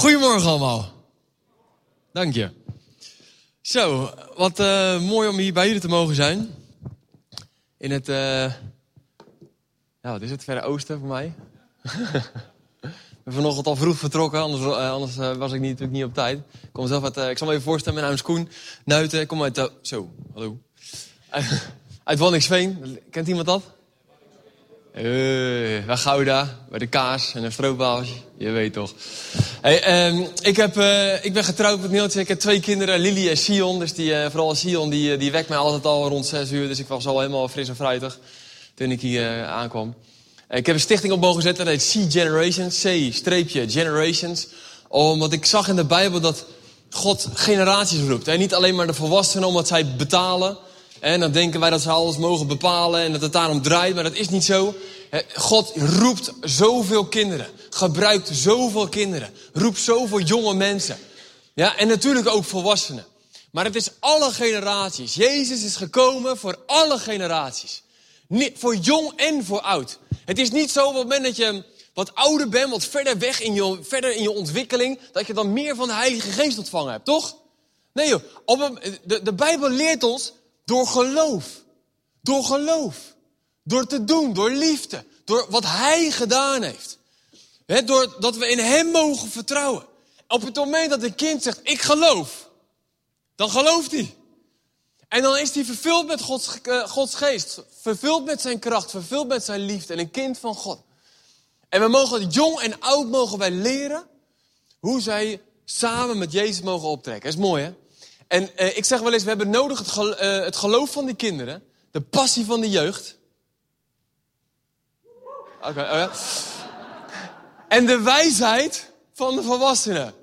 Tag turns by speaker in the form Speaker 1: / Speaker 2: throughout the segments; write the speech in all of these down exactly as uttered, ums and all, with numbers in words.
Speaker 1: Goedemorgen allemaal. Dank je. Zo, wat uh, mooi om hier bij jullie te mogen zijn. In het, uh, ja, wat is het, Verre Oosten voor mij. Ik ben vanochtend al vroeg vertrokken, anders, uh, anders uh, was ik niet, natuurlijk niet op tijd. Ik, kom zelf uit, uh, ik zal me even voorstellen, mijn naam is Koen Nuiten. Ik kom uit, uh, zo, hallo. Uit, uit Waddinxveen, kent iemand dat? Uh, bij Gouda, bij de kaas en een stroopwafels. Je weet toch. Hey, um, ik, heb, uh, ik ben getrouwd met Neeltje. Ik heb twee kinderen, Lily en Sion. Dus die, uh, vooral Sion, die, die wekt mij altijd al rond zes uur. Dus ik was al helemaal fris en fruitig toen ik hier uh, aankwam. Uh, ik heb een stichting op mogen zetten, dat heet C Generations. C-Generations. Omdat ik zag in de Bijbel dat God generaties roept. En niet alleen maar de volwassenen, omdat zij betalen. En dan denken wij dat ze alles mogen bepalen en dat het daarom draait. Maar dat is niet zo. God roept zoveel kinderen. Gebruikt zoveel kinderen. Roept zoveel jonge mensen. Ja, en natuurlijk ook volwassenen. Maar het is alle generaties. Jezus is gekomen voor alle generaties. Niet, voor jong en voor oud. Het is niet zo op het moment dat je wat ouder bent, wat verder weg in je, verder in je ontwikkeling, dat je dan meer van de Heilige Geest ontvangen hebt, toch? Nee joh, op een, de, de Bijbel leert ons door geloof. Door geloof. Door te doen, door liefde. Door wat Hij gedaan heeft. He, doordat we in Hem mogen vertrouwen. Op het moment dat een kind zegt, ik geloof. Dan gelooft hij. En dan is hij vervuld met Gods, uh, Gods geest. Vervuld met zijn kracht. Vervuld met zijn liefde. En een kind van God. En we mogen, jong en oud mogen wij leren hoe zij samen met Jezus mogen optrekken. Dat is mooi, hè? En uh, ik zeg wel eens, we hebben nodig het, gel- uh, het geloof van die kinderen. De passie van de jeugd. Oké, okay, oh ja. En de wijsheid van de volwassenen.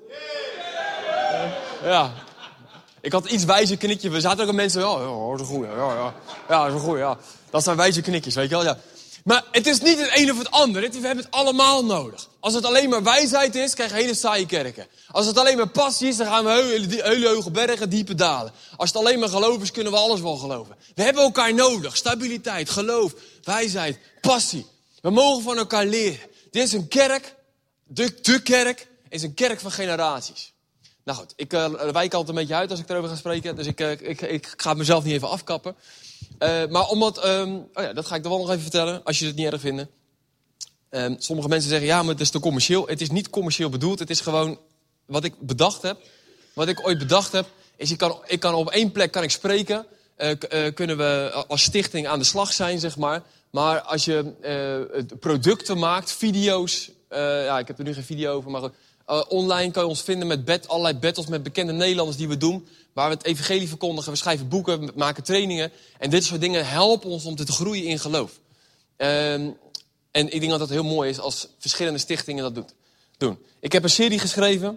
Speaker 1: Uh, ja. Ik had iets wijze knikje. We zaten ook aan mensen. Ja, ja, dat is een goeie. Ja, ja. Ja, dat is een goeie. Ja. Dat zijn wijze knikjes, weet je wel. Ja. Maar het is niet het een of het ander. We hebben het allemaal nodig. Als het alleen maar wijsheid is, krijg je hele saaie kerken. Als het alleen maar passie is, dan gaan we hele, hele hoge bergen, diepe dalen. Als het alleen maar geloof is, kunnen we alles wel geloven. We hebben elkaar nodig. Stabiliteit, geloof, wijsheid, passie. We mogen van elkaar leren. Dit is een kerk, de, de kerk, is een kerk van generaties. Nou goed, ik uh, wijk altijd een beetje uit als ik erover ga spreken. Dus ik, uh, ik, ik ga mezelf niet even afkappen. Uh, maar omdat, um, oh ja, dat ga ik dan wel nog even vertellen, als je het niet erg vindt. Um, sommige mensen zeggen, ja, maar het is te commercieel. Het is niet commercieel bedoeld, het is gewoon wat ik bedacht heb. Wat ik ooit bedacht heb, is ik kan, ik kan op één plek kan ik spreken. Uh, k- uh, kunnen we als stichting aan de slag zijn, zeg maar. Maar als je uh, producten maakt, video's, uh, ja, ik heb er nu geen video over, maar uh, online kan je ons vinden met bet, allerlei battles met bekende Nederlanders die we doen. Waar we het evangelie verkondigen, we schrijven boeken, we maken trainingen. En dit soort dingen helpen ons om te groeien in geloof. Um, en ik denk dat het heel mooi is als verschillende stichtingen dat doet, doen. Ik heb een serie geschreven,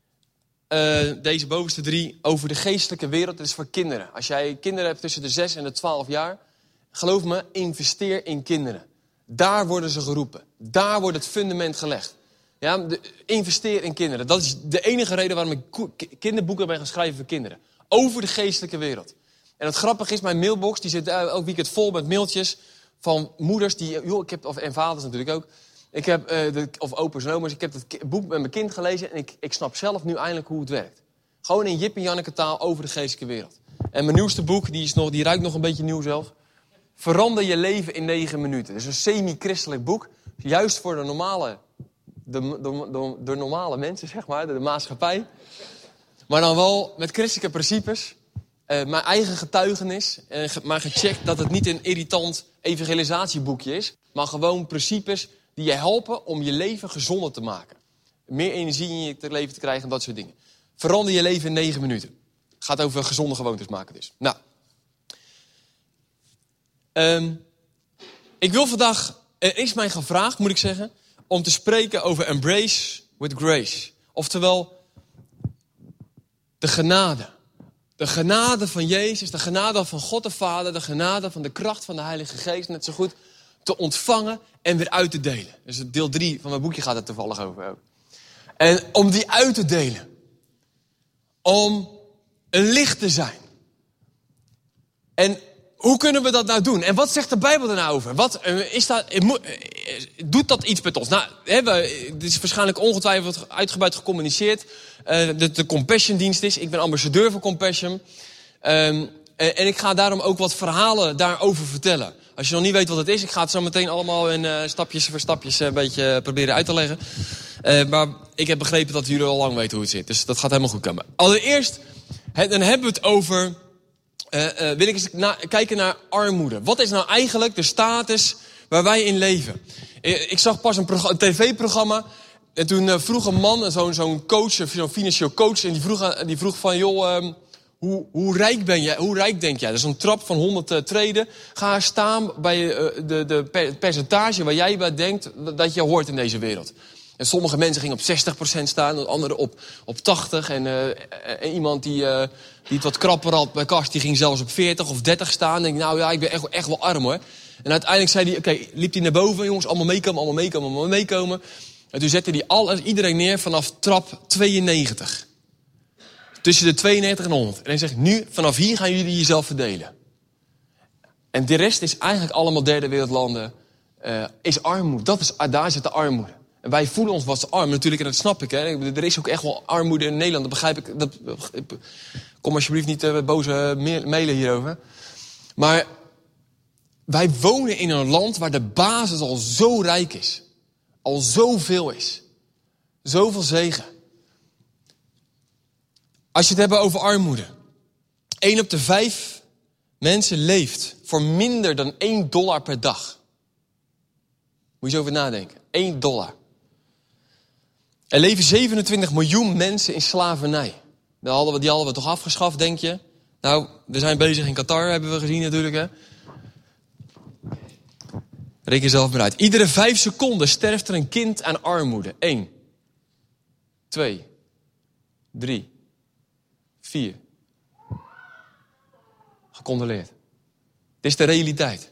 Speaker 1: uh, deze bovenste drie, over de geestelijke wereld. Dat is voor kinderen. Als jij kinderen hebt tussen de zes en de twaalf jaar, geloof me, investeer in kinderen. Daar worden ze geroepen. Daar wordt het fundament gelegd. Ja, de, investeer in kinderen. Dat is de enige reden waarom ik ko- kinderboeken ben gaan schrijven voor kinderen. Over de geestelijke wereld. En het grappige is, mijn mailbox die zit elk weekend vol met mailtjes van moeders die, joh, ik heb, of, en vaders natuurlijk ook. Ik heb, uh, de, of opa's en oma's, ik heb het boek met mijn kind gelezen en ik, ik snap zelf nu eindelijk hoe het werkt. Gewoon in Jip en Janneke taal over de geestelijke wereld. En mijn nieuwste boek, die, is nog, die ruikt nog een beetje nieuw zelf. Verander je leven in negen minuten. Het is een semi-christelijk boek. Juist voor de normale, de, de, de, de normale mensen, zeg maar. De, de maatschappij. Maar dan wel met christelijke principes. Uh, mijn eigen getuigenis. Uh, maar gecheckt dat het niet een irritant evangelisatieboekje is. Maar gewoon principes die je helpen om je leven gezonder te maken. Meer energie in je leven te krijgen en dat soort dingen. Verander je leven in negen minuten. Gaat over gezonde gewoontes maken dus. Nou. Um, ik wil vandaag, er is mij gevraagd, moet ik zeggen, om te spreken over embrace with grace. Oftewel, de genade. De genade van Jezus, de genade van God de Vader, de genade van de kracht van de Heilige Geest, net zo goed te ontvangen en weer uit te delen. Dus deel drie van mijn boekje gaat het toevallig over ook. En om die uit te delen. Om een licht te zijn. En hoe kunnen we dat nou doen? En wat zegt de Bijbel er nou over? Wat, uh, is dat, uh, uh, doet dat iets met ons? Nou, hè, we, dit is waarschijnlijk ongetwijfeld uitgebreid gecommuniceerd. Uh, de, de Compassion dienst is. Ik ben ambassadeur voor Compassion. Um, uh, en ik ga daarom ook wat verhalen daarover vertellen. Als je nog niet weet wat het is, ik ga het zo meteen allemaal in uh, stapjes voor stapjes uh, een beetje proberen uit te leggen. Uh, maar ik heb begrepen dat jullie al lang weten hoe het zit. Dus dat gaat helemaal goed komen. Allereerst, he, dan hebben we het over... Uh, uh, wil ik eens na, kijken naar armoede. Wat is nou eigenlijk de status waar wij in leven? Uh, ik zag pas een, een tv-programma. En toen uh, vroeg een man, zo'n zo'n coach, zo'n financieel coach... en die vroeg, die vroeg van, joh, um, hoe, hoe rijk ben jij? Hoe rijk denk jij? Dat is een trap van honderd uh, treden. Ga staan bij uh, de, de per, percentage waar jij bij denkt dat je hoort in deze wereld. En sommige mensen gingen op zestig procent staan, en anderen op, op tachtig. En, uh, en iemand die, uh, die het wat krapper had bij kast, die ging zelfs op veertig of dertig staan. En denk ik, nou ja, ik ben echt, echt wel arm hoor. En uiteindelijk zei hij, oké, okay, liep hij naar boven, jongens, allemaal meekomen, allemaal meekomen, allemaal meekomen. En toen zette hij al, iedereen neer vanaf trap tweeënnegentig. Tussen de tweeënnegentig en honderd. En hij zegt, nu, vanaf hier gaan jullie jezelf verdelen. En de rest is eigenlijk allemaal derde wereldlanden, uh, is armoede. Dat is, daar zit de armoede. En wij voelen ons wat arm, natuurlijk, en dat snap ik. Hè. Er is ook echt wel armoede in Nederland, dat begrijp ik. Dat, kom alsjeblieft niet uh, boze mailen hierover. Maar wij wonen in een land waar de basis al zo rijk is. Al zoveel is. Zoveel zegen. Als je het hebt over armoede. één op de vijf mensen leeft voor minder dan één dollar per dag. Moet je eens over nadenken. één dollar. Er leven zevenentwintig miljoen mensen in slavernij. Die hadden we, die hadden we toch afgeschaft, denk je? Nou, we zijn bezig in Qatar, hebben we gezien natuurlijk, hè? Reken jezelf maar uit. Iedere vijf seconden sterft er een kind aan armoede. Eén. Twee. Drie. Vier. Gecondoleerd. Dit is de realiteit.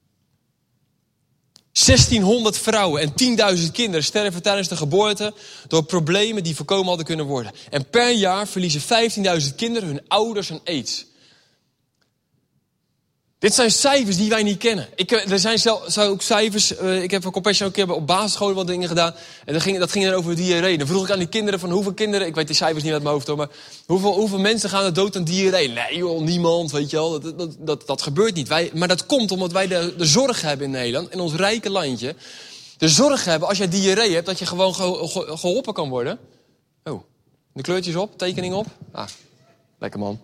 Speaker 1: zestienhonderd vrouwen en tienduizend kinderen sterven tijdens de geboorte door problemen die voorkomen hadden kunnen worden. En per jaar verliezen vijftienduizend kinderen hun ouders aan aids. Dit zijn cijfers die wij niet kennen. Ik, er zijn zelfs ook cijfers, uh, ik heb voor Compassion ook een keer op basisscholen wat dingen gedaan. En dat ging, dat ging dan over diarree. Dan vroeg ik aan die kinderen van hoeveel kinderen, ik weet die cijfers niet uit mijn hoofd hoor, maar hoeveel, hoeveel mensen gaan er dood aan diarree? Nee joh, niemand, weet je wel. Dat, dat, dat, dat gebeurt niet. Wij, maar dat komt omdat wij de, de zorg hebben in Nederland, in ons rijke landje. De zorg hebben, als jij diarree hebt, dat je gewoon ge, ge, geholpen kan worden. Oh, de kleurtjes op, tekening op. Ah, lekker man.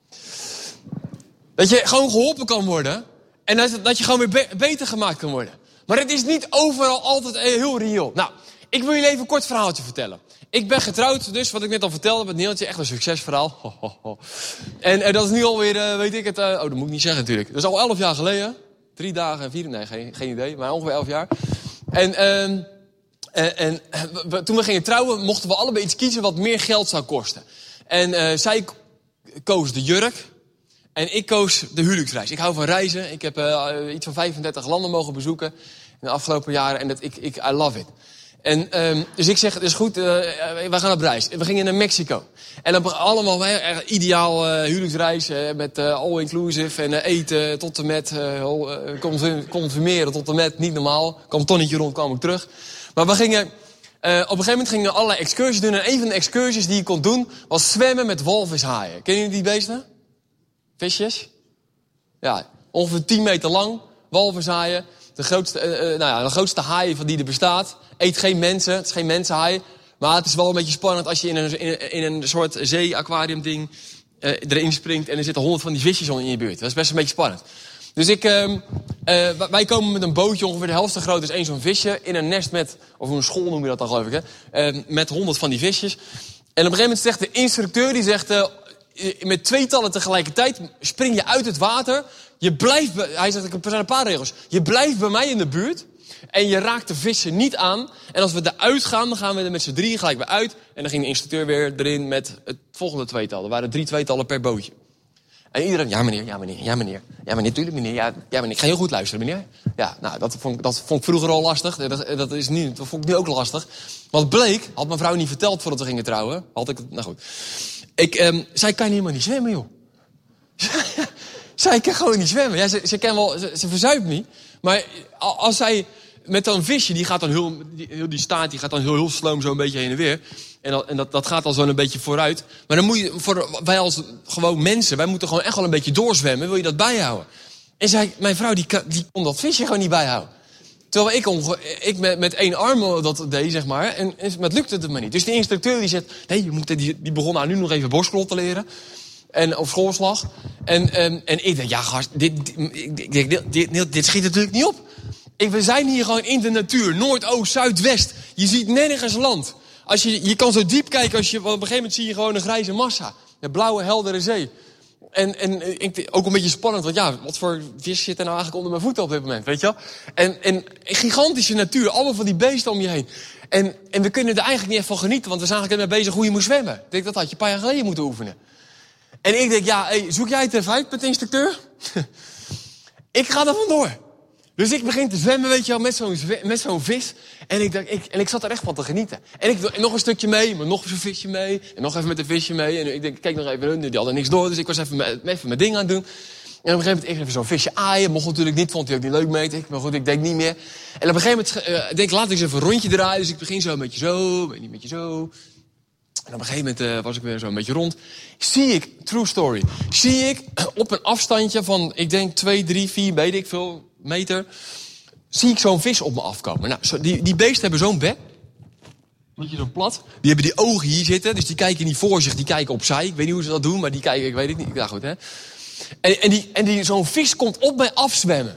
Speaker 1: Dat je gewoon geholpen kan worden. En dat, dat je gewoon weer be- beter gemaakt kan worden. Maar het is niet overal altijd heel reëel. Nou, ik wil jullie even een kort verhaaltje vertellen. Ik ben getrouwd, dus wat ik net al vertelde met Neeltje. Echt een succesverhaal. Ho, ho, ho. En, en dat is nu alweer, uh, weet ik het... Uh, oh, dat moet ik niet zeggen natuurlijk. Dat is al elf jaar geleden. Drie dagen en vier... Nee, geen, geen idee. Maar ongeveer elf jaar. En, uh, en, en we, toen we gingen trouwen, mochten we allebei iets kiezen wat meer geld zou kosten. En uh, zij koos de jurk. En ik koos de huwelijksreis. Ik hou van reizen. Ik heb uh, iets van vijfendertig landen mogen bezoeken in de afgelopen jaren. En dat, ik, ik, I love it. En, um, dus ik zeg, het is goed, uh, wij gaan op reis. We gingen naar Mexico. En dan allemaal uh, ideaal uh, huwelijksreis. Uh, met uh, all-inclusive en uh, eten tot en met uh, consumeren tot en met. Niet normaal. Kwam een tonnetje rond, kwam ik terug. Maar we gingen... Uh, op een gegeven moment gingen we allerlei excursies doen. En een van de excursies die je kon doen was zwemmen met walvishaaien. Kennen jullie die beesten? Visjes. Ja, ongeveer tien meter lang. Walvishaaien. De grootste, uh, uh, nou ja, de grootste haai van die er bestaat. Eet geen mensen. Het is geen mensenhaai. Maar het is wel een beetje spannend als je in een, in, in een soort zee-aquarium ding uh, erin springt. En er zitten honderd van die visjes in je buurt. Dat is best een beetje spannend. Dus ik, uh, uh, wij komen met een bootje ongeveer de helft zo groot als één zo'n visje. In een nest met, of een school noem je dat dan geloof ik hè. Uh, met honderd van die visjes. En op een gegeven moment zegt de instructeur, die zegt... Uh, met tweetallen tegelijkertijd spring je uit het water. Je blijft, bij, hij zegt, er zijn een paar regels. Je blijft bij mij in de buurt. En je raakt de vissen niet aan. En als we eruit gaan, dan gaan we er met z'n drieën gelijk weer uit. En dan ging de instructeur weer erin met het volgende tweetal. Er waren drie tweetallen per bootje. En iedereen, ja meneer, ja meneer, ja meneer. Ja meneer, tuurlijk meneer. Ja, ja meneer, ik ga heel goed luisteren meneer. Ja, nou, dat vond, dat vond ik vroeger al lastig. Dat, dat, is nu, dat vond ik nu ook lastig. Want bleek, had mijn vrouw niet verteld voordat we gingen trouwen. Had ik, nou goed. Ik um, zei, kan je helemaal niet zwemmen, joh. Zij kan gewoon niet zwemmen. Ja, ze, ze kan wel, ze, ze verzuipt niet. Maar als zij met een visje, die gaat dan heel, die, die staart, die gaat dan heel, heel sloom zo een beetje heen en weer. En, dat, en dat, dat gaat dan zo een beetje vooruit. Maar dan moet je, voor, wij als gewoon mensen, wij moeten gewoon echt wel een beetje doorzwemmen. Wil je dat bijhouden? En zij, mijn vrouw, die, die kon dat visje gewoon niet bijhouden. Terwijl ik, onge, ik met, met één arm dat deed, zeg maar. En, en het lukte het maar niet. Dus die instructeur die zegt, nee, je moet, die, die begon nou nu nog even borstklot te leren. En, of schoolslag. En, en, en ik dacht, ja gast, dit, dit, dit, dit, dit schiet natuurlijk niet op. Ik, we zijn hier gewoon in de natuur. Noord, oost, zuid, west. Je ziet nergens land. Als je, je kan zo diep kijken, als je, op een gegeven moment zie je gewoon een grijze massa. Een blauwe, heldere zee. En, en ik, ook een beetje spannend, want ja, wat voor vis zit er nou eigenlijk onder mijn voeten op dit moment, weet je wel? En, en gigantische natuur, allemaal van die beesten om je heen. En, en we kunnen er eigenlijk niet echt van genieten, want we zijn eigenlijk mee bezig hoe je moet zwemmen. Ik denk, dat had je een paar jaar geleden moeten oefenen. En ik denk, ja, hey, zoek jij het even uit met de instructeur? Ik ga er vandoor. Dus ik begin te zwemmen, weet je wel, met zo'n, met zo'n vis. En ik, dacht, ik, en ik zat er echt van te genieten. En ik doe nog een stukje mee, maar nog zo'n visje mee. En nog even met een visje mee. En ik denk, kijk nog even hun, die hadden niks door. Dus ik was even, met, even mijn ding aan het doen. En op een gegeven moment, ik even zo'n visje aaien. Mocht natuurlijk niet, vond hij ook niet leuk mee. Ik, maar goed, ik denk niet meer. En op een gegeven moment uh, denk ik, laat ik eens even een rondje draaien. Dus ik begin zo een beetje zo, een beetje zo. En op een gegeven moment uh, was ik weer zo een beetje rond. Zie ik, true story, zie ik op een afstandje van, ik denk twee, drie, vier, weet ik veel, meter, zie ik zo'n vis op me afkomen. Nou, zo, die, die beesten hebben zo'n bek. Beetje zo plat. Die hebben die ogen hier zitten, dus die kijken niet voor zich, die kijken opzij. Ik weet niet hoe ze dat doen, maar die kijken, ik weet het niet. Ja, goed, hè. En, en, die, en die, zo'n vis komt op mij afzwemmen.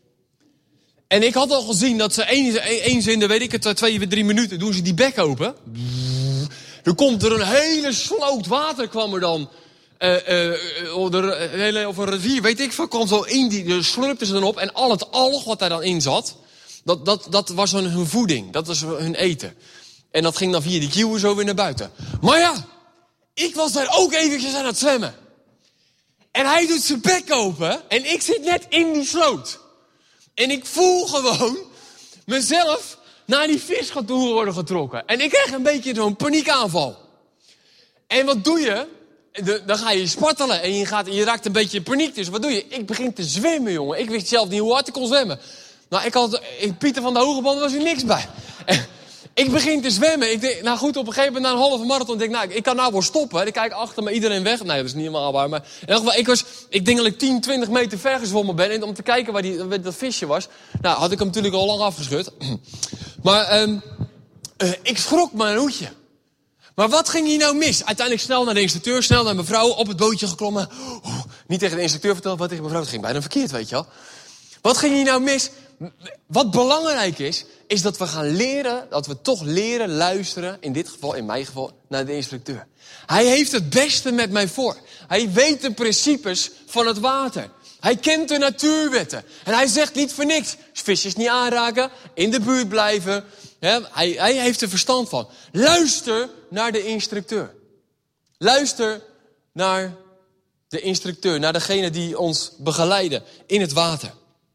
Speaker 1: En ik had al gezien dat ze eens in de, weet ik het, twee, drie minuten, doen ze die bek open. Er komt er een hele sloot water, kwam er dan. Uh, uh, of, er, of een rivier, weet ik veel, kwam zo in, die slurpten ze dan op. En al het alg wat daar dan in zat, dat, dat, dat was hun, hun voeding. Dat was hun eten. En dat ging dan via die kieuwen zo weer naar buiten. Maar ja, ik was daar ook eventjes aan het zwemmen. En hij doet zijn bek open en ik zit net in die sloot. En ik voel gewoon mezelf naar die vis gaat toe worden getrokken. En ik krijg een beetje zo'n paniekaanval. En wat doe je? De, dan ga je spartelen en je, gaat, je raakt een beetje in paniek. Dus wat doe je? Ik begin te zwemmen, jongen. Ik wist zelf niet hoe hard ik kon zwemmen. Nou, ik had, ik, Pieter van de Hogeband was er niks bij. En, ik begin te zwemmen. Ik denk, nou goed, op een gegeven moment na een halve marathon denk ik, nou, ik kan nou wel stoppen. Ik kijk achter me iedereen weg. Nee, dat is niet helemaal waar. Maar in elk geval, ik was, ik denk dat ik tien, twintig meter ver gezwommen ben. En om te kijken waar die, dat visje was. Nou, had ik hem natuurlijk al lang afgeschud. Maar um, uh, ik schrok me een hoedje. Maar wat ging hier nou mis? Uiteindelijk snel naar de instructeur, snel naar mevrouw, op het bootje geklommen. Oeh, niet tegen de instructeur vertellen, wat tegen mevrouw. Het ging bijna verkeerd, weet je wel. Wat ging hier nou mis? Wat belangrijk is, is dat we gaan leren, dat we toch leren luisteren, in dit geval, in mijn geval, naar de instructeur. Hij heeft het beste met mij voor. Hij weet de principes van het water. Hij kent de natuurwetten. En hij zegt niet voor niks, visjes niet aanraken, in de buurt blijven. Ja, hij, hij heeft er verstand van. Luister naar de instructeur. Luister naar de instructeur, naar degene die ons begeleiden in het water.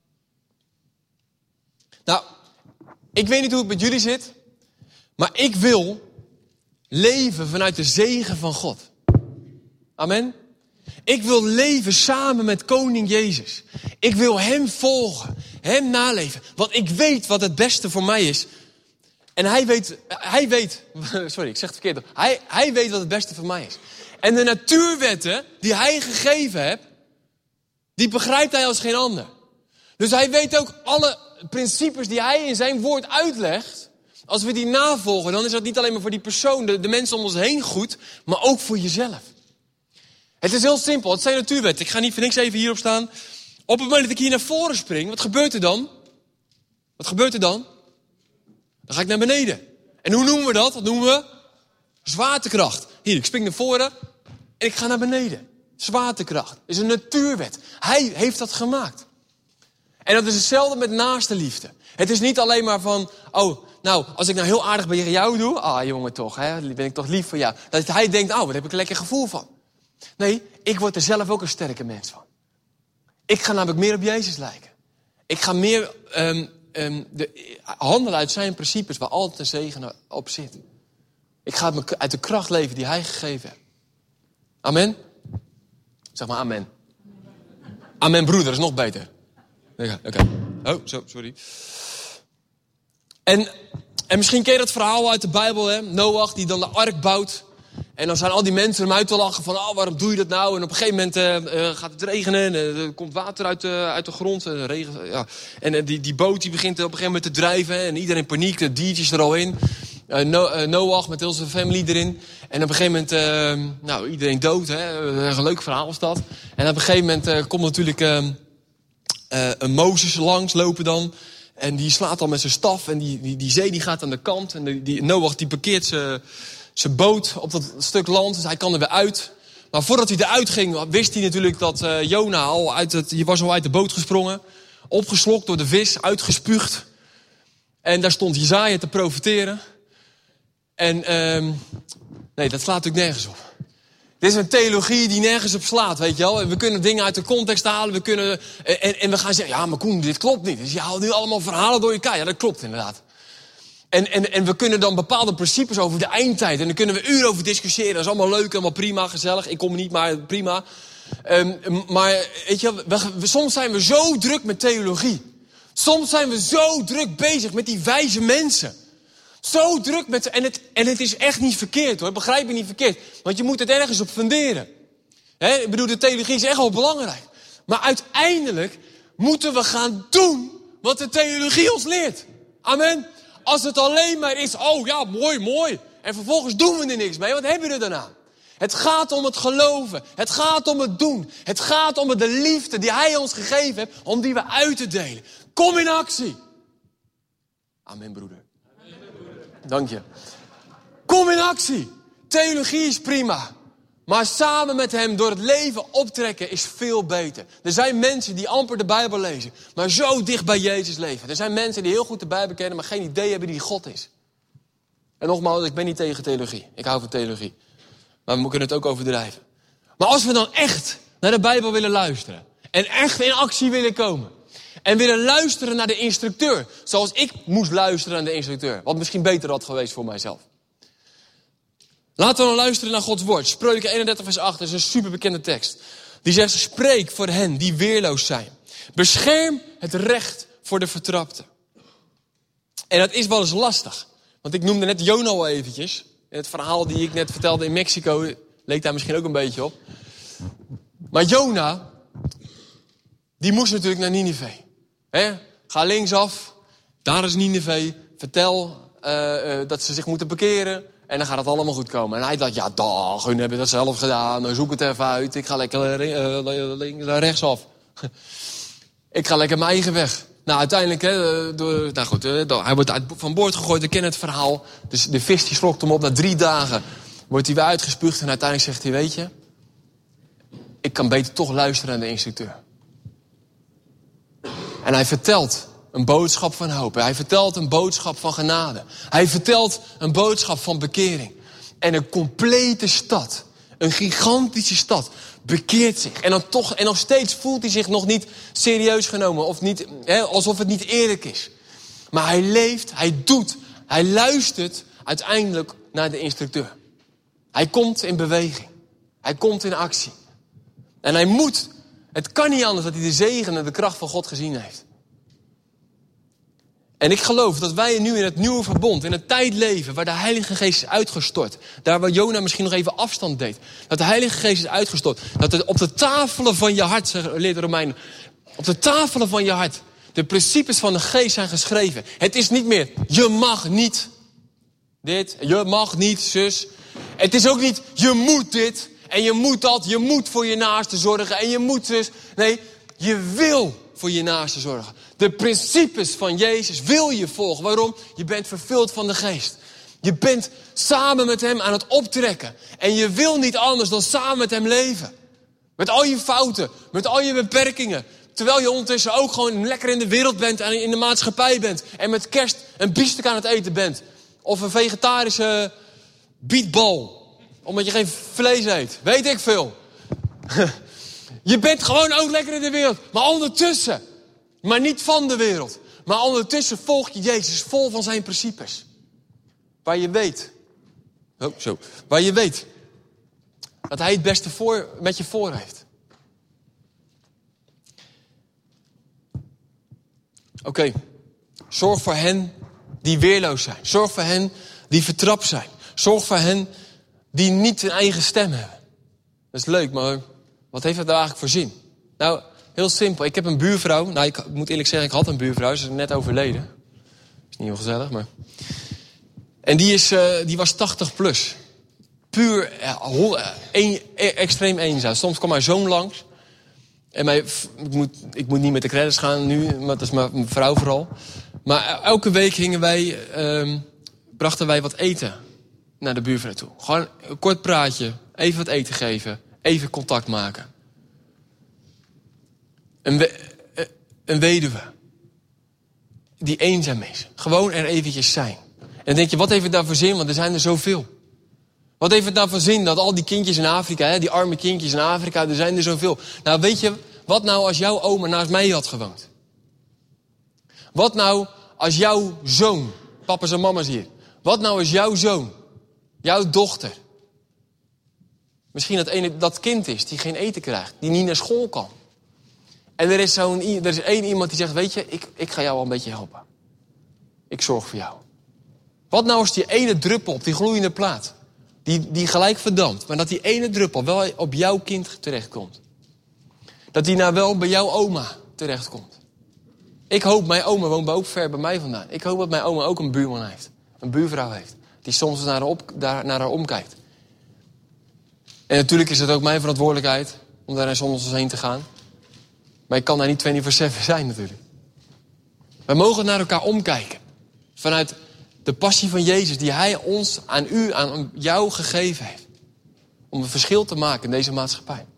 Speaker 1: Nou, ik weet niet hoe het met jullie zit, maar ik wil leven vanuit de zegen van God. Amen. Ik wil leven samen met koning Jezus. Ik wil hem volgen, hem naleven. Want ik weet wat het beste voor mij is. En hij weet, hij weet, sorry, ik zeg het verkeerd. Hij, hij weet wat het beste voor mij is. En de natuurwetten die hij gegeven heeft, die begrijpt hij als geen ander. Dus hij weet ook alle principes die hij in zijn woord uitlegt. Als we die navolgen, dan is dat niet alleen maar voor die persoon, de, de mensen om ons heen goed, maar ook voor jezelf. Het is heel simpel, het zijn natuurwetten. Ik ga niet voor niks even hierop staan. Op het moment dat ik hier naar voren spring, wat gebeurt er dan? Wat gebeurt er dan? Dan ga ik naar beneden. En hoe noemen we dat? Dat noemen we zwaartekracht. Hier, ik spring naar voren en ik ga naar beneden. Zwaartekracht is een natuurwet. Hij heeft dat gemaakt. En dat is hetzelfde met naaste liefde. Het is niet alleen maar van, oh, nou, als ik nou heel aardig bij jou doe, ah jongen toch, hè, ben ik toch lief voor jou. Dat hij denkt, oh, daar heb ik een lekker gevoel van. Nee, ik word er zelf ook een sterke mens van. Ik ga namelijk meer op Jezus lijken. Ik ga meer um, um, de, handelen uit zijn principes waar altijd een zegen op zit. Ik ga uit de kracht leven die hij gegeven heeft. Amen? Zeg maar amen. Amen, broeder, is nog beter. Oké, okay. Oh, zo, sorry. En, en misschien ken je dat verhaal uit de Bijbel, hè? Noach die dan de ark bouwt. En dan zijn al die mensen hem uit te lachen van, oh, waarom doe je dat nou? En op een gegeven moment uh, gaat het regenen en uh, er komt water uit de, uit de grond. Uh, regen, ja. En uh, die, die boot die begint op een gegeven moment te drijven. En iedereen paniek, de diertjes er al in. Uh, no, uh, Noach met heel zijn family erin. En op een gegeven moment, uh, nou, iedereen dood. Hè? Een leuk verhaal was dat. En op een gegeven moment uh, komt natuurlijk uh, uh, een Mozes langs lopen dan. En die slaat dan met zijn staf. En die, die, die zee die gaat aan de kant. En die, die Noach die parkeert zijn... zijn boot op dat stuk land, dus hij kan er weer uit. Maar voordat hij eruit ging, wist hij natuurlijk dat uh, Jona al uit het, je was al uit de boot gesprongen. Opgeslokt door de vis, uitgespuugd. En daar stond Jesaja te profeteren. En um, nee, dat slaat natuurlijk nergens op. Dit is een theologie die nergens op slaat, weet je wel. En we kunnen dingen uit de context halen. We kunnen, en, en we gaan zeggen, ja, maar Koen, dit klopt niet. Dus je haalt nu allemaal verhalen door elkaar. Ja, dat klopt inderdaad. En, en, en we kunnen dan bepaalde principes over de eindtijd. En daar kunnen we uren over discussiëren. Dat is allemaal leuk, allemaal prima, gezellig. Ik kom er niet, maar prima. Um, maar weet je, we, we, soms zijn we zo druk met theologie. Soms zijn we zo druk bezig met die wijze mensen. Zo druk met... En het, en het is echt niet verkeerd, hoor. Begrijp me niet verkeerd. Want je moet het ergens op funderen. He, ik bedoel, de theologie is echt wel belangrijk. Maar uiteindelijk moeten we gaan doen wat de theologie ons leert. Amen. Als het alleen maar is, oh ja, mooi, mooi. En vervolgens doen we er niks mee. Wat hebben we er dan aan? Het gaat om het geloven. Het gaat om het doen. Het gaat om de liefde die hij ons gegeven heeft, om die we uit te delen. Kom in actie. Amen, broeder. Dank je. Kom in actie. Theologie is prima. Maar samen met hem door het leven optrekken is veel beter. Er zijn mensen die amper de Bijbel lezen, maar zo dicht bij Jezus leven. Er zijn mensen die heel goed de Bijbel kennen, maar geen idee hebben wie God is. En nogmaals, ik ben niet tegen theologie. Ik hou van theologie. Maar we kunnen het ook overdrijven. Maar als we dan echt naar de Bijbel willen luisteren en echt in actie willen komen en willen luisteren naar de instructeur, zoals ik moest luisteren naar de instructeur, wat misschien beter had geweest voor mijzelf. Laten we dan luisteren naar Gods woord. Spreuken eenendertig vers acht, dat is een superbekende tekst. Die zegt, spreek voor hen die weerloos zijn. Bescherm het recht voor de vertrapte. En dat is wel eens lastig. Want ik noemde net Jona al eventjes. Het verhaal die ik net vertelde in Mexico leek daar misschien ook een beetje op. Maar Jona, die moest natuurlijk naar Nineve. He? Ga linksaf, daar is Nineve. Vertel uh, uh, dat ze zich moeten bekeren. En dan gaat het allemaal goed komen. En hij dacht, ja, dag, hun hebben dat zelf gedaan. Nou, zoek het even uit. Ik ga lekker uh, links naar rechtsaf. Ik ga lekker mijn eigen weg. Nou, uiteindelijk, hè, door, nou goed, uh, hij wordt uit, van boord gegooid. We kennen het verhaal. Dus de vis die slokt hem op. Na drie dagen wordt hij weer uitgespuugd. En uiteindelijk zegt hij, weet je, ik kan beter toch luisteren naar de instructeur. En hij vertelt een boodschap van hoop. Hij vertelt een boodschap van genade. Hij vertelt een boodschap van bekering. En een complete stad, een gigantische stad, bekeert zich. En dan toch, en nog steeds voelt hij zich nog niet serieus genomen. Of niet, hè, alsof het niet eerlijk is. Maar hij leeft, hij doet, hij luistert uiteindelijk naar de instructeur. Hij komt in beweging. Hij komt in actie. En hij moet, het kan niet anders dat hij de zegen en de kracht van God gezien heeft. En ik geloof dat wij nu in het nieuwe verbond, in een tijd leven waar de Heilige Geest is uitgestort. Daar waar Jona misschien nog even afstand deed. Dat de Heilige Geest is uitgestort. Dat er op de tafelen van je hart, leert de Romeinen, op de tafelen van je hart de principes van de Geest zijn geschreven. Het is niet meer, je mag niet dit, je mag niet zus. Het is ook niet, je moet dit en je moet dat, je moet voor je naaste zorgen en je moet zus. Nee, je wil voor je naaste zorgen. De principes van Jezus wil je volgen. Waarom? Je bent vervuld van de Geest. Je bent samen met hem aan het optrekken. En je wil niet anders dan samen met hem leven. Met al je fouten, met al je beperkingen. Terwijl je ondertussen ook gewoon lekker in de wereld bent en in de maatschappij bent. En met kerst een biefstuk aan het eten bent. Of een vegetarische bietbal. Omdat je geen vlees eet. Weet ik veel. Je bent gewoon ook lekker in de wereld. Maar ondertussen, maar niet van de wereld. Maar ondertussen volg je Jezus vol van zijn principes. Waar je weet. Oh, zo. Waar je weet dat hij het beste voor, met je voor heeft. Oké, okay. Zorg voor hen die weerloos zijn. Zorg voor hen die vertrapt zijn. Zorg voor hen die niet een eigen stem hebben. Dat is leuk, maar wat heeft dat nou eigenlijk voor zin? Nou, heel simpel. Ik heb een buurvrouw. Nou, ik moet eerlijk zeggen, ik had een buurvrouw. Ze is net overleden. Is niet heel gezellig, maar... En die, is, uh, die was tachtig plus. Puur uh, een, extreem eenzaam. Soms kwam mijn zoon langs. En mijn, ik, moet, ik moet niet met de credits gaan nu, maar dat is mijn vrouw vooral. Maar elke week gingen wij, uh, brachten wij wat eten naar de buurvrouw toe. Gewoon een kort praatje, even wat eten geven, even contact maken. Een, we, een weduwe die eenzaam is. Gewoon er eventjes zijn. En dan denk je, wat heeft het daar voor zin? Want er zijn er zoveel. Wat heeft het nou voor zin dat al die kindjes in Afrika, hè, die arme kindjes in Afrika, er zijn er zoveel. Nou, weet je, wat nou als jouw oma naast mij had gewoond? Wat nou als jouw zoon, papa's en mama's hier. Wat nou als jouw zoon, jouw dochter, misschien dat, ene, dat kind is die geen eten krijgt, die niet naar school kan. En er is, zo'n, er is één iemand die zegt, weet je, ik, ik ga jou wel een beetje helpen. Ik zorg voor jou. Wat nou als die ene druppel op die gloeiende plaat, die, die gelijk verdampt, maar dat die ene druppel wel op jouw kind terechtkomt. Dat die nou wel bij jouw oma terechtkomt. Ik hoop, mijn oma woont ook ver bij mij vandaan. Ik hoop dat mijn oma ook een buurman heeft. Een buurvrouw heeft. Die soms naar haar, op, daar, naar haar omkijkt. En natuurlijk is het ook mijn verantwoordelijkheid om daar soms heen te gaan. Maar ik kan daar niet vierentwintig zeven zijn natuurlijk. Wij mogen naar elkaar omkijken. Vanuit de passie van Jezus die hij ons, aan u, aan jou gegeven heeft. Om een verschil te maken in deze maatschappij.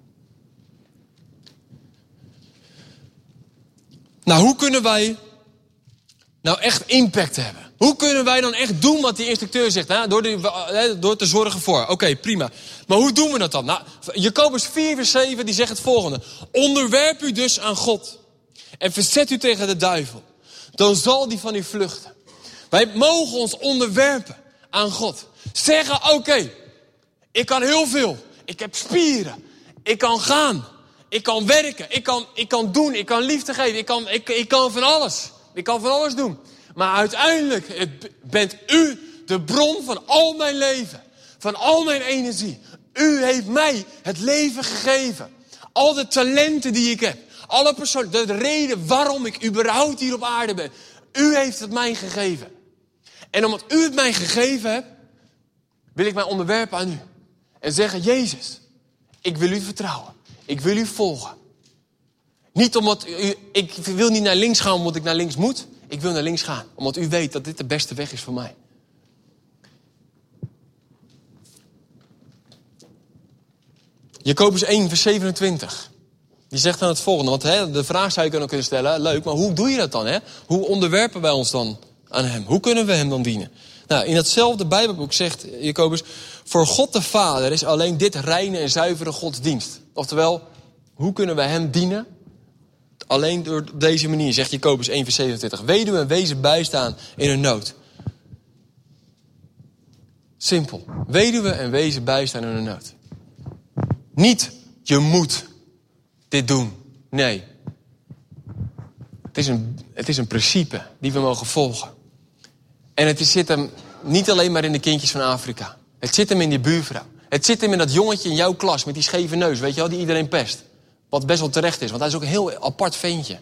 Speaker 1: Nou, hoe kunnen wij nou echt impact hebben? Hoe kunnen wij dan echt doen wat die instructeur zegt? Hè? Door, de, door te zorgen voor. Oké, okay, prima. Maar hoe doen we dat dan? Nou, Jacobus vier vers zeven die zegt het volgende. Onderwerp u dus aan God. En verzet u tegen de duivel. Dan zal die van u vluchten. Wij mogen ons onderwerpen aan God. Zeggen, oké, okay, ik kan heel veel. Ik heb spieren. Ik kan gaan. Ik kan werken. Ik kan, ik kan doen. Ik kan liefde geven. Ik kan, ik, ik kan van alles. Ik kan van alles doen. Maar uiteindelijk bent u de bron van al mijn leven. Van al mijn energie. U heeft mij het leven gegeven. Al de talenten die ik heb. Alle persoon, de reden waarom ik überhaupt hier op aarde ben. U heeft het mij gegeven. En omdat u het mij gegeven hebt, wil ik mij onderwerpen aan u. En zeggen, Jezus, ik wil u vertrouwen. Ik wil u volgen. Niet omdat u, ik wil niet naar links gaan omdat ik naar links moet. Ik wil naar links gaan, omdat u weet dat dit de beste weg is voor mij. Jacobus één vers zevenentwintig. Die zegt dan het volgende. Want hè, de vraag zou je kunnen, kunnen stellen. Leuk, maar hoe doe je dat dan? Hè? Hoe onderwerpen wij ons dan aan hem? Hoe kunnen we hem dan dienen? Nou, in datzelfde Bijbelboek zegt Jacobus. Voor God de Vader is alleen dit reine en zuivere godsdienst. Oftewel, hoe kunnen we hem dienen? Alleen door deze manier, zegt Jacobus één vers zevenentwintig. Weduwen en wezen bijstaan in hun nood. Simpel. Weduwen en wezen bijstaan in hun nood. Niet, je moet dit doen. Nee. Het is een, het is een principe die we mogen volgen. En het zit hem niet alleen maar in de kindjes van Afrika. Het zit hem in die buurvrouw. Het zit hem in dat jongetje in jouw klas met die scheve neus. Weet je wel, die iedereen pest. Wat best wel terecht is, want hij is ook een heel apart ventje.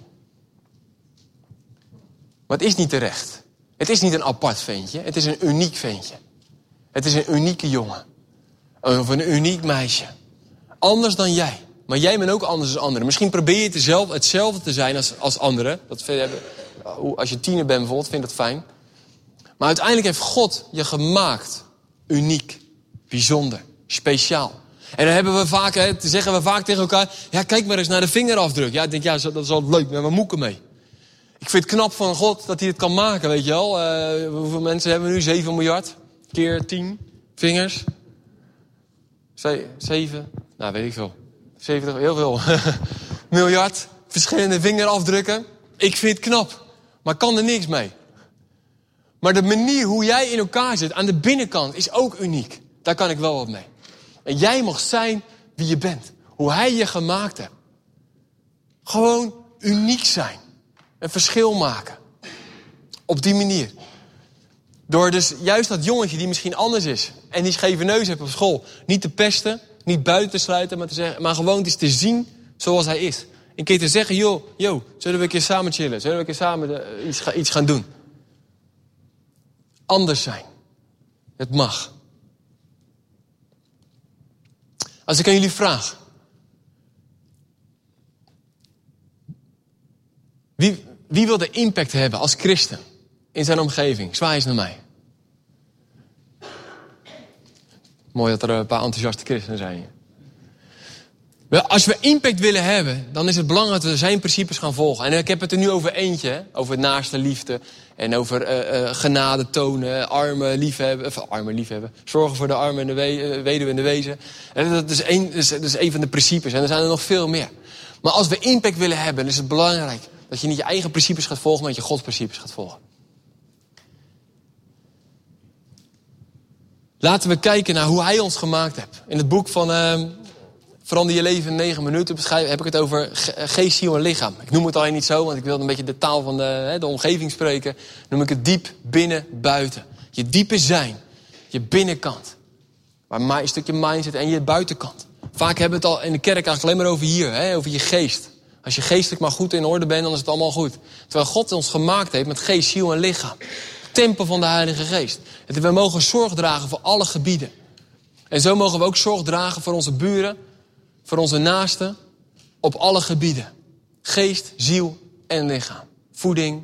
Speaker 1: Maar het is niet terecht. Het is niet een apart ventje. Het is een uniek ventje. Het is een unieke jongen. Of een uniek meisje. Anders dan jij. Maar jij bent ook anders dan anderen. Misschien probeer je hetzelfde, hetzelfde te zijn als, als anderen. Dat, als je tiener bent bijvoorbeeld, vind je dat fijn. Maar uiteindelijk heeft God je gemaakt. Uniek. Bijzonder. Speciaal. En dan hebben we vaak, hè, zeggen we vaak tegen elkaar. Ja, kijk maar eens naar de vingerafdruk. Ja, ik denk, ja, dat is wel leuk. Maar waar moet ik ermee? Ik vind het knap van God dat hij het kan maken, weet je wel. Uh, hoeveel mensen hebben we nu? zeven miljard? Keer tien vingers? Ze- zeven? Nou, weet ik veel. zeventig, heel veel. Miljard. Verschillende vingerafdrukken. Ik vind het knap. Maar ik kan er niks mee. Maar de manier hoe jij in elkaar zit, aan de binnenkant, is ook uniek. Daar kan ik wel wat mee. En jij mag zijn wie je bent. Hoe hij je gemaakt hebt. Gewoon uniek zijn. Een verschil maken. Op die manier. Door dus juist dat jongetje die misschien anders is en die scheve neus heeft op school, niet te pesten, niet buiten te sluiten, maar, te zeggen, maar gewoon eens te zien zoals hij is. Een keer te zeggen, joh, joh, zullen we een keer samen chillen? Zullen we een keer samen uh, iets, iets gaan doen? Anders zijn. Het mag. Als ik aan jullie vraag. Wie, wie wil de impact hebben als christen in zijn omgeving? Zwaai eens naar mij. Mooi dat er een paar enthousiaste christenen zijn hier. Als we impact willen hebben, dan is het belangrijk dat we zijn principes gaan volgen. En ik heb het er nu over eentje, hè? Over naaste liefde. En over uh, uh, genade tonen, armen liefhebben, of armen liefhebben. Zorgen voor de armen en de we, uh, weduwe en de wezen. En dat is één, dat is, dat is één van de principes. En er zijn er nog veel meer. Maar als we impact willen hebben, dan is het belangrijk dat je niet je eigen principes gaat volgen, maar dat je Gods principes gaat volgen. Laten we kijken naar hoe Hij ons gemaakt heeft. In het boek van uh, Verander je leven in negen minuten beschrijf, heb ik het over geest, ziel en lichaam. Ik noem het alleen niet zo, want ik wil een beetje de taal van de, de omgeving spreken. Noem ik het diep, binnen, buiten. Je diepe zijn, je binnenkant. Maar een stukje mindset en je buitenkant. Vaak hebben we het al in de kerk eigenlijk alleen maar over hier, hè, over je geest. Als je geestelijk maar goed in orde bent, dan is het allemaal goed. Terwijl God ons gemaakt heeft met geest, ziel en lichaam. Tempel van de Heilige Geest. En we mogen zorg dragen voor alle gebieden. En zo mogen we ook zorg dragen voor onze buren, voor onze naasten, op alle gebieden. Geest, ziel en lichaam. Voeding,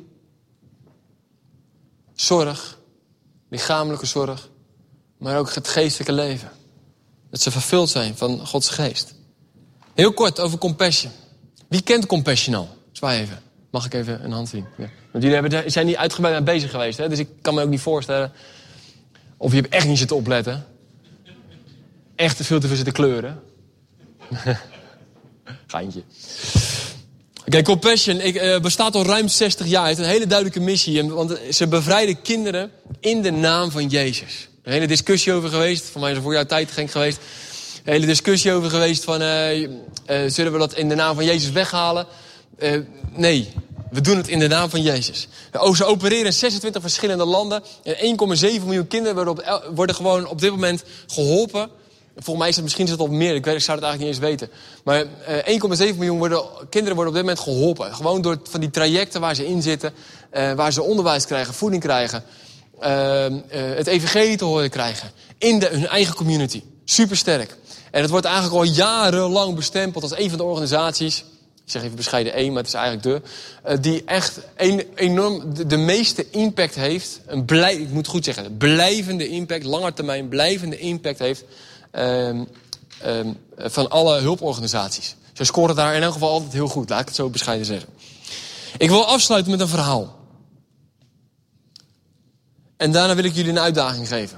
Speaker 1: zorg, lichamelijke zorg, maar ook het geestelijke leven. Dat ze vervuld zijn van Gods geest. Heel kort over compassion. Wie kent compassion al? Zwaai even. Mag ik even een hand zien? Ja. Want jullie hebben, zijn niet uitgebreid mee bezig geweest. Hè? Dus ik kan me ook niet voorstellen. Of je hebt echt niet zitten opletten. Echt te veel te veel zitten kleuren. Geintje. Oké, okay, Compassion ik, uh, bestaat al ruim zestig jaar. Het heeft een hele duidelijke missie. Want ze bevrijden kinderen in de naam van Jezus. Een hele discussie over geweest. Voor mij is er voor jouw tijd geen geweest. Een hele discussie over geweest van... Uh, uh, zullen we dat in de naam van Jezus weghalen? Uh, nee, we doen het in de naam van Jezus. Oh, ze opereren in zesentwintig verschillende landen. En één komma zeven miljoen kinderen worden, op, worden gewoon op dit moment geholpen. Volgens mij is het misschien is het al meer. Ik, weet, ik zou het eigenlijk niet eens weten. Maar uh, één komma zeven miljoen worden, kinderen worden op dit moment geholpen. Gewoon door van die trajecten waar ze in zitten. Uh, waar ze onderwijs krijgen, voeding krijgen. Uh, uh, het evangelie te horen krijgen. In de, hun eigen community. Supersterk. En het wordt eigenlijk al jarenlang bestempeld als een van de organisaties... Ik zeg even bescheiden één, maar het is eigenlijk de... Uh, die echt een, enorm de, de meeste impact heeft. Een blij, ik moet het goed zeggen. Blijvende impact, langetermijn blijvende impact heeft... Um, um, van alle hulporganisaties. Ze scoren daar in elk geval altijd heel goed. Laat ik het zo bescheiden zeggen. Ik wil afsluiten met een verhaal. En daarna wil ik jullie een uitdaging geven.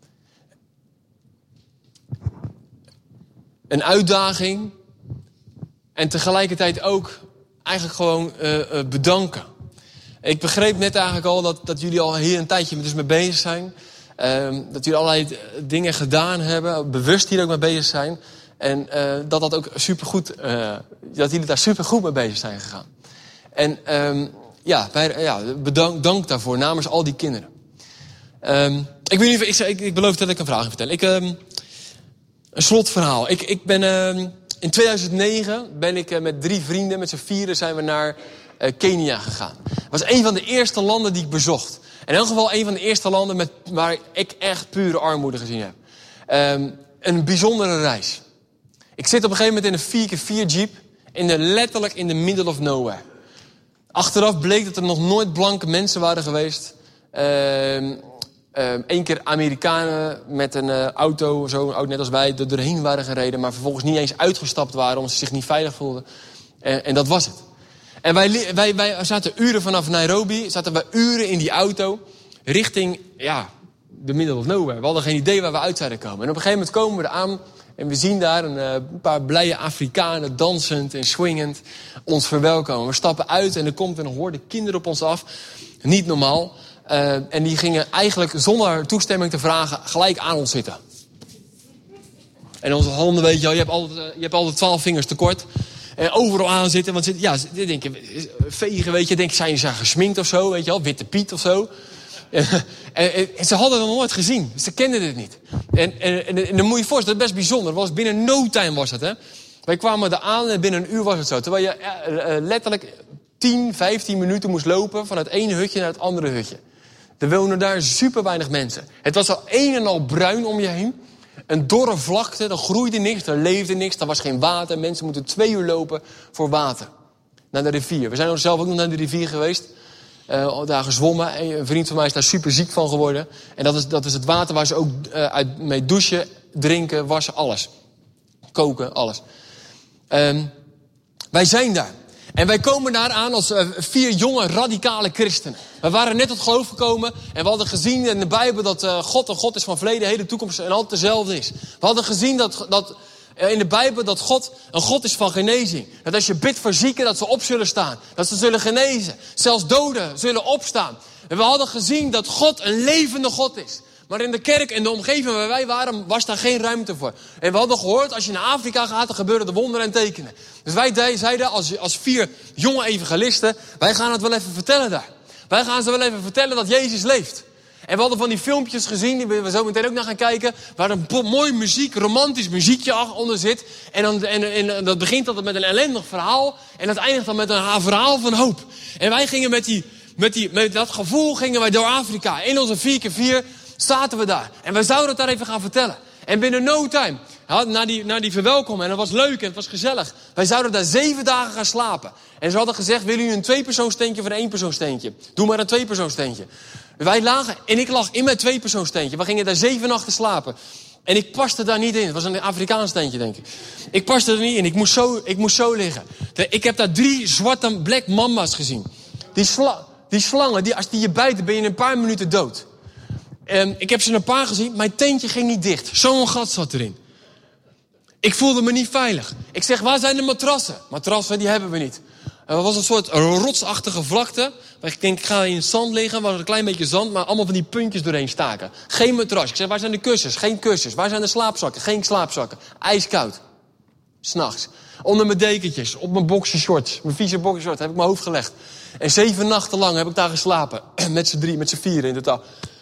Speaker 1: Een uitdaging... En tegelijkertijd ook eigenlijk gewoon uh, uh, bedanken. Ik begreep net eigenlijk al dat, dat jullie al hier een tijdje dus mee bezig zijn. Uh, dat jullie allerlei dingen gedaan hebben. Bewust hier ook mee bezig zijn. En uh, dat dat ook supergoed, uh, dat jullie daar supergoed mee bezig zijn gegaan. En um, ja, bij, ja, bedank dank daarvoor namens al die kinderen. Um, ik, weet niet, ik, ik, ik beloof dat ik een vraag ga vertellen. Ik, um, een slotverhaal. Ik, ik ben... Um, In tweeduizend negen ben ik met drie vrienden, met z'n vieren, zijn we naar uh, Kenia gegaan. Het was een van de eerste landen die ik bezocht. In elk geval een van de eerste landen met, waar ik echt pure armoede gezien heb. Um, een bijzondere reis. Ik zit op een gegeven moment in een vier keer vier jeep, in de, letterlijk in the middle of nowhere. Achteraf bleek dat er nog nooit blanke mensen waren geweest. Um, Eén uh, keer Amerikanen met een uh, auto, zo ook net als wij, er doorheen waren gereden... maar vervolgens niet eens uitgestapt waren omdat ze zich niet veilig voelden. En, en dat was het. En wij, wij, wij zaten uren vanaf Nairobi, zaten wij uren in die auto... richting, ja, the middle of nowhere. We hadden geen idee waar we uit zouden komen. En op een gegeven moment komen we er aan en we zien daar een uh, paar blije Afrikanen... dansend en swingend ons verwelkomen. We stappen uit en er komt een horde kinderen op ons af. Niet normaal... Uh, en die gingen eigenlijk zonder toestemming te vragen gelijk aan ons zitten. En onze handen, weet je wel, je hebt altijd, uh, je hebt altijd twaalf vingers tekort. En overal aan zitten. Want ze, ja, ze denken, vegen, weet je. Denk, zijn ze gesminkt of zo, weet je wel. Witte Piet of zo. En, en, en ze hadden het nog nooit gezien. Ze kenden het niet. En, en, en, en dan moet je je voorstellen, dat is best bijzonder. Was binnen no time was het, hè. Wij kwamen er aan en binnen een uur was het zo. Terwijl je uh, uh, letterlijk tien, vijftien minuten moest lopen van het ene hutje naar het andere hutje. Er wonen daar super weinig mensen. Het was al een en al bruin om je heen. Een dorre vlakte, er groeide niks, er leefde niks. Er was geen water. Mensen moeten twee uur lopen voor water. Naar de rivier. We zijn er zelf ook nog naar de rivier geweest. Uh, daar gezwommen. En een vriend van mij is daar super ziek van geworden. En dat is, dat is het water waar ze ook uh, uit, mee douchen, drinken, wassen, alles. Koken, alles. Um, wij zijn daar. En wij komen daar aan als uh, vier jonge radicale christenen. We waren net tot geloof gekomen en we hadden gezien in de Bijbel dat uh, God een God is van verleden, heden, toekomst en altijd dezelfde is. We hadden gezien dat, dat uh, in de Bijbel dat God een God is van genezing. Dat als je bidt voor zieken dat ze op zullen staan. Dat ze zullen genezen. Zelfs doden zullen opstaan. En we hadden gezien dat God een levende God is. Maar in de kerk en de omgeving waar wij waren, was daar geen ruimte voor. En we hadden gehoord, als je naar Afrika gaat, dan gebeuren er wonderen en tekenen. Dus wij zeiden als, als vier jonge evangelisten, wij gaan het wel even vertellen daar. Wij gaan ze wel even vertellen dat Jezus leeft. En we hadden van die filmpjes gezien, die we zo meteen ook naar gaan kijken, waar een mooi muziek, romantisch muziekje onder zit. En, dan, en, en dat begint altijd met een ellendig verhaal en dat eindigt dan met een verhaal van hoop. En wij gingen met, die, met, die, met dat gevoel gingen wij door Afrika. In onze vier keer vier zaten we daar. En wij zouden het daar even gaan vertellen. En binnen no time, na die, na die verwelkoming, en dat was leuk en het was gezellig. Wij zouden daar zeven dagen gaan slapen. En ze hadden gezegd, willen jullie een tweepersoonsteentje of een éénpersoonsteentje? Doe maar een tweepersoonsteentje. Wij lagen, en ik lag in mijn tweepersoonsteentje. We gingen daar zeven nachten slapen. En ik paste daar niet in. Het was een Afrikaans steentje, denk ik. Ik paste er niet in. Ik moest zo, ik moest zo liggen. Ik heb daar drie zwarte black mamba's gezien. Die, sla, die slangen, die, als die je bijten, ben je in een paar minuten dood. En ik heb ze een paar gezien. Mijn teentje ging niet dicht. Zo'n gat zat erin. Ik voelde me niet veilig. Ik zeg, waar zijn de matrassen? Matrassen, die hebben we niet. Er was een soort rotsachtige vlakte. Ik denk, ik ga in het zand liggen. Er was een klein beetje zand, maar allemaal van die puntjes doorheen staken. Geen matras. Ik zeg, waar zijn de kussens? Geen kussens. Waar zijn de slaapzakken? Geen slaapzakken. Ijskoud. 's Nachts. Onder mijn dekentjes. Op mijn boxershorts. Mijn vieze boxershorts heb ik mijn hoofd gelegd. En zeven nachten lang heb ik daar geslapen. Met z'n drie, met z'n vieren in totaal.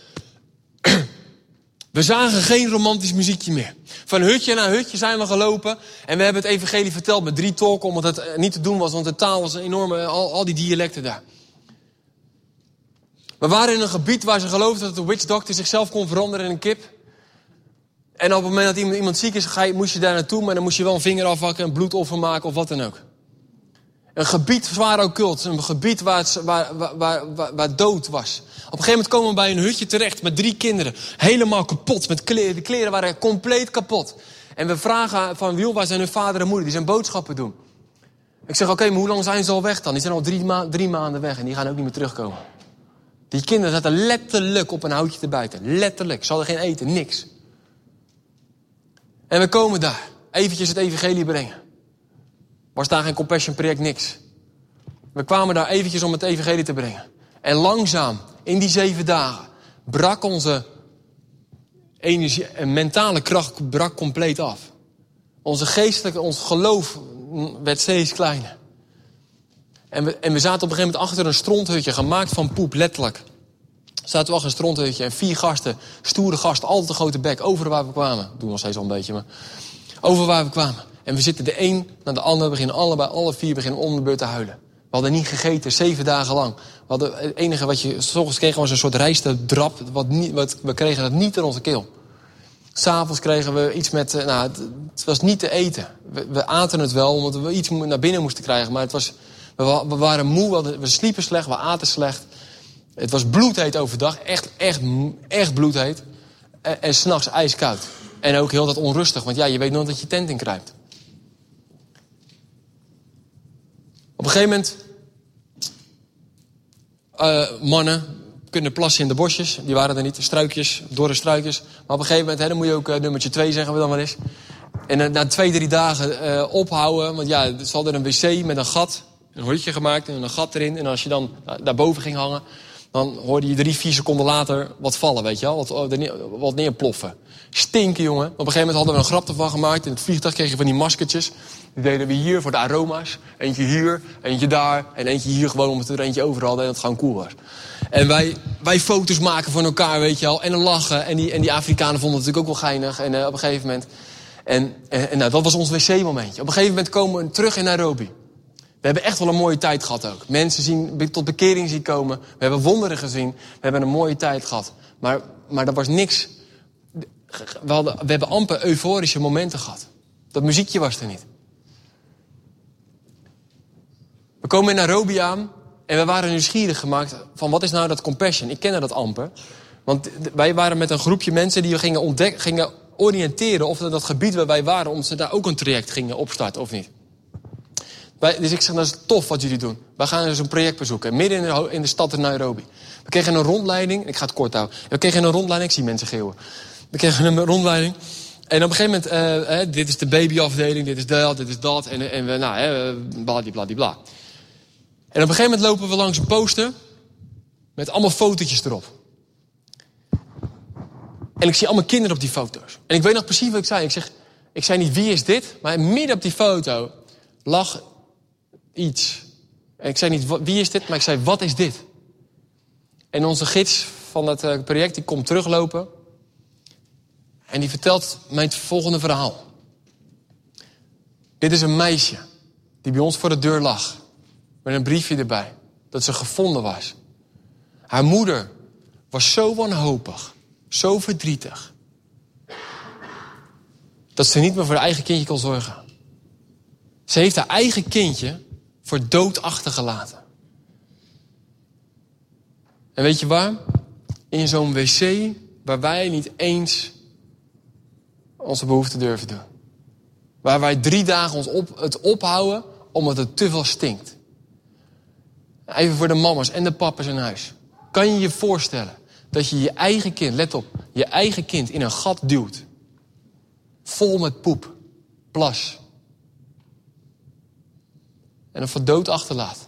Speaker 1: We zagen geen romantisch muziekje meer. Van hutje naar hutje zijn we gelopen. En we hebben het evangelie verteld met drie tolken. Omdat het niet te doen was. Want de taal was een enorme. Al, al die dialecten daar. We waren in een gebied waar ze geloofden dat de witch doctor zichzelf kon veranderen in een kip. En op het moment dat iemand, iemand ziek is, ga je, moest je daar naartoe. Maar dan moest je wel een vinger afhakken, een bloedoffer maken of wat dan ook. Een gebied zwaar occult. Een gebied waar, het, waar, waar, waar, waar, waar dood was. Op een gegeven moment komen we bij een hutje terecht met drie kinderen. Helemaal kapot. Met kleren. De kleren waren compleet kapot. En we vragen van Wiel, waar zijn hun vader en moeder? Die zijn boodschappen doen. Ik zeg, oké, okay, maar hoe lang zijn ze al weg dan? Die zijn al drie, ma- drie maanden weg en die gaan ook niet meer terugkomen. Die kinderen zaten letterlijk op een houtje te bijten. Letterlijk. Ze hadden geen eten, niks. En we komen daar. Eventjes het evangelie brengen. Was daar geen compassion project, niks. We kwamen daar eventjes om het evangelie te brengen. En langzaam, in die zeven dagen, brak onze energie en mentale kracht brak compleet af. Onze geestelijke, ons geloof werd steeds kleiner. En we, en we zaten op een gegeven moment achter een stronthutje, gemaakt van poep, letterlijk. Zaten we achter een stronthutje en vier gasten, stoere gasten, altijd een grote bek, over waar we kwamen. Doen we nog steeds al een beetje, maar over waar we kwamen. En we zitten de een naar de ander, beginnen allebei, alle vier beginnen om de beurt te huilen. We hadden niet gegeten, zeven dagen lang. We hadden, het enige wat je, 's ochtends kregen was een soort rijstdrap, wat niet, wat, we kregen dat niet in onze keel. 'S Avonds kregen we iets met, nou, het, het was niet te eten. We, we aten het wel, omdat we iets naar binnen moesten krijgen. Maar het was, we, we waren moe, we, hadden, we sliepen slecht, we aten slecht. Het was bloedheet overdag, echt, echt, echt bloedheet. En, en 's nachts ijskoud. En ook heel dat onrustig, want ja, je weet nooit dat je tent in kruipt. Op een gegeven moment, uh, mannen kunnen plassen in de bosjes. Die waren er niet, struikjes, dorre struikjes. Maar op een gegeven moment, hè, dan moet je ook uh, nummertje twee zeggen we dan wel eens. En uh, na twee, drie dagen uh, ophouden, want ja, ze hadden een wc met een gat. Een hutje gemaakt en een gat erin. En als je dan uh, daarboven ging hangen, dan hoorde je drie, vier seconden later wat vallen, weet je wel. Wat, wat neerploffen. Stinken, jongen. Op een gegeven moment hadden we een grap ervan gemaakt. In het vliegtuig kregen we van die maskertjes. Die deden we hier voor de aroma's. Eentje hier, eentje daar. En eentje hier gewoon omdat we er eentje over hadden en het gewoon cool was. En wij, wij foto's maken van elkaar, weet je wel. En dan lachen. En die, en die Afrikanen vonden het natuurlijk ook wel geinig. En uh, op een gegeven moment... En, en, en nou, dat was ons wc-momentje. Op een gegeven moment komen we terug in Nairobi. We hebben echt wel een mooie tijd gehad ook. Mensen zien tot bekering zien komen. We hebben wonderen gezien. We hebben een mooie tijd gehad. Maar, maar dat was niks. We, hadden, we hebben amper euforische momenten gehad. Dat muziekje was er niet. We komen in Nairobi aan. En we waren nieuwsgierig gemaakt van wat is nou dat compassion. Ik kende dat amper. Want wij waren met een groepje mensen die we gingen ontdekken, gingen oriënteren of dat gebied waar wij waren, om ze daar ook een traject gingen opstarten of niet. Wij, dus ik zeg, dat is tof wat jullie doen. Wij gaan dus een project bezoeken, midden in de, in de stad in Nairobi. We kregen een rondleiding, ik ga het kort houden. We kregen een rondleiding, ik zie mensen geeuwen. We kregen een rondleiding. En op een gegeven moment, uh, uh, dit is de babyafdeling, dit is dat, dit is dat. En, en we, nou, hè, bladibladibla. En op een gegeven moment lopen we langs een poster met allemaal fotootjes erop. En ik zie allemaal kinderen op die foto's. En ik weet nog precies wat ik zei. Ik zeg, ik zei niet wie is dit, maar midden op die foto lag iets. En ik zei niet wie is dit, maar ik zei wat is dit? En onze gids van het project die komt teruglopen. En die vertelt mij het volgende verhaal. Dit is een meisje die bij ons voor de deur lag. Met een briefje erbij. Dat ze gevonden was. Haar moeder was zo wanhopig. Zo verdrietig. Dat ze niet meer voor haar eigen kindje kon zorgen. Ze heeft haar eigen kindje voor dood achtergelaten. En weet je waar? In zo'n wc waar wij niet eens onze behoeften durven doen. Waar wij drie dagen ons op, het ophouden omdat het te veel stinkt. Even voor de mama's en de papa's in huis. Kan je je voorstellen dat je je eigen kind, let op, je eigen kind in een gat duwt. Vol met poep, plas. En hem voor dood achterlaat.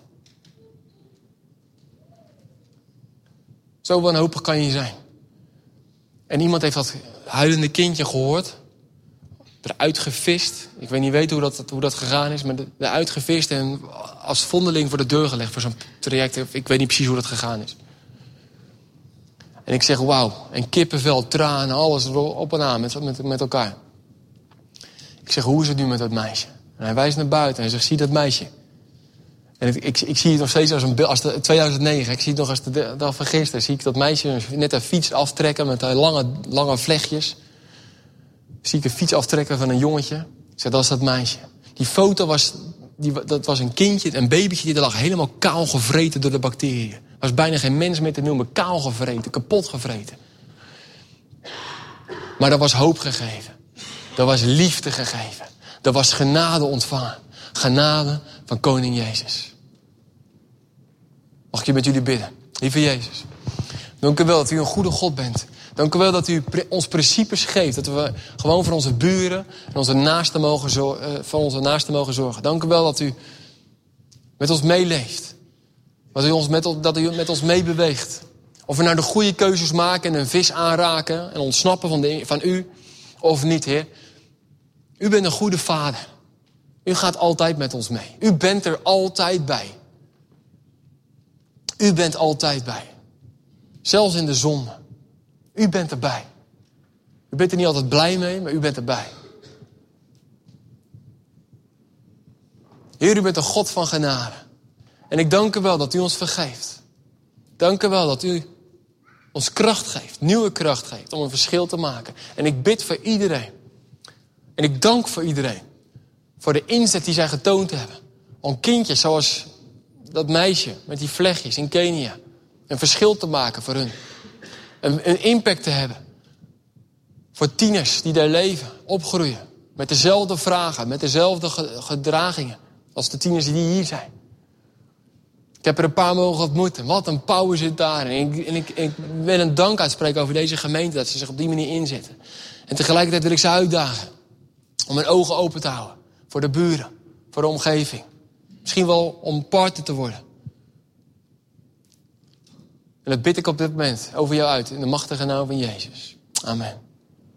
Speaker 1: Zo wanhopig kan je zijn. En iemand heeft dat huilende kindje gehoord. Eruit gevist. Ik weet niet weten hoe dat, hoe dat gegaan is. Maar eruit gevist en als vondeling voor de deur gelegd voor zo'n traject. Ik weet niet precies hoe dat gegaan is. En ik zeg wauw. En kippenvel, tranen, alles op en aan met, met, met elkaar. Ik zeg hoe is het nu met dat meisje? En hij wijst naar buiten en hij zegt zie dat meisje. En ik, ik, ik zie het nog steeds als, een, als de, tweeduizend negen. Ik zie het nog als de dag van gisteren. Zie ik dat meisje net een fiets aftrekken met lange, lange vlechtjes. Zie ik een fiets aftrekken van een jongetje. Ik zeg, dat is dat meisje. Die foto was, die, dat was een kindje, een babytje, die lag helemaal kaal gevreten door de bacteriën. Er was bijna geen mens meer te noemen. Kaal gevreten, kapot gevreten. Maar er was hoop gegeven. Er was liefde gegeven. Er was genade ontvangen. Genade van koning Jezus. Mag ik je met jullie bidden? Lieve Jezus, dank u wel dat u een goede God bent. Dank u wel dat u ons principes geeft. Dat we gewoon voor onze buren en onze naasten mogen zorgen, voor onze naasten mogen zorgen. Dank u wel dat u met ons meeleeft. Dat u, ons met, dat u met ons meebeweegt. Of we nou de goede keuzes maken en een vis aanraken en ontsnappen van, de, van u of niet, Heer. U bent een goede vader. U gaat altijd met ons mee. U bent er altijd bij. U bent altijd bij. Zelfs in de zonde. U bent erbij. U bent er niet altijd blij mee, maar u bent erbij. Heer, u bent een God van genade. En ik dank u wel dat u ons vergeeft. Dank u wel dat u ons kracht geeft, nieuwe kracht geeft om een verschil te maken. En ik bid voor iedereen. En ik dank voor iedereen. Voor de inzet die zij getoond hebben. Om kindjes zoals dat meisje met die vlechtjes in Kenia. Een verschil te maken voor hun. Een, een impact te hebben. Voor tieners die daar leven, opgroeien. Met dezelfde vragen, met dezelfde gedragingen. Als de tieners die hier zijn. Ik heb er een paar mogen ontmoeten. Wat een power zit daar. En ik, en ik, ik wil een dank uitspreken over deze gemeente. Dat ze zich op die manier inzetten. En tegelijkertijd wil ik ze uitdagen. Om hun ogen open te houden. Voor de buren. Voor de omgeving. Misschien wel om partner te worden. En dat bid ik op dit moment over jou uit. In de machtige naam van Jezus. Amen.